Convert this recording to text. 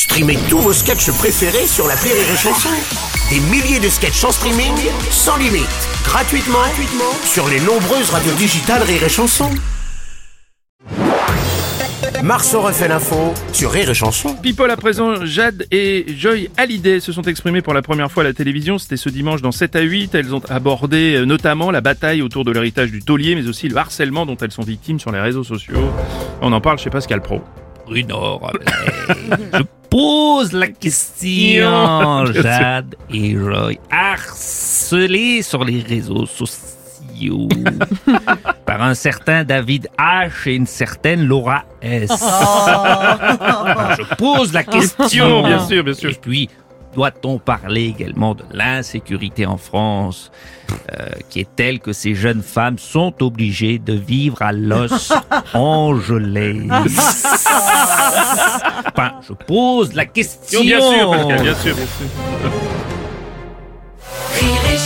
Streamez tous vos sketchs préférés sur l'appli Rire et Chanson. Des milliers de sketchs en streaming, sans limite, gratuitement sur les nombreuses radios digitales Rire et Chanson. Marceau refait l'info sur Rire et Chanson. People à présent, Jade et Joy Hallyday se sont exprimées pour la première fois à la télévision. C'était ce dimanche dans 7 à 8. Elles ont abordé notamment la bataille autour de l'héritage du taulier, mais aussi le harcèlement dont elles sont victimes sur les réseaux sociaux. On en parle chez Pascal Pro. Bruno Robles. Je pose la question, Jade et Joy, harcelés sur les réseaux sociaux par un certain David H et une certaine Laura S. Je pose la question. Bien sûr, bien sûr. Et puis, doit-on parler également de l'insécurité en France, qui est telle que ces jeunes femmes sont obligées de vivre à l'os engelé. Enfin, je pose la question. Bien sûr, Pascal, bien sûr. Rire et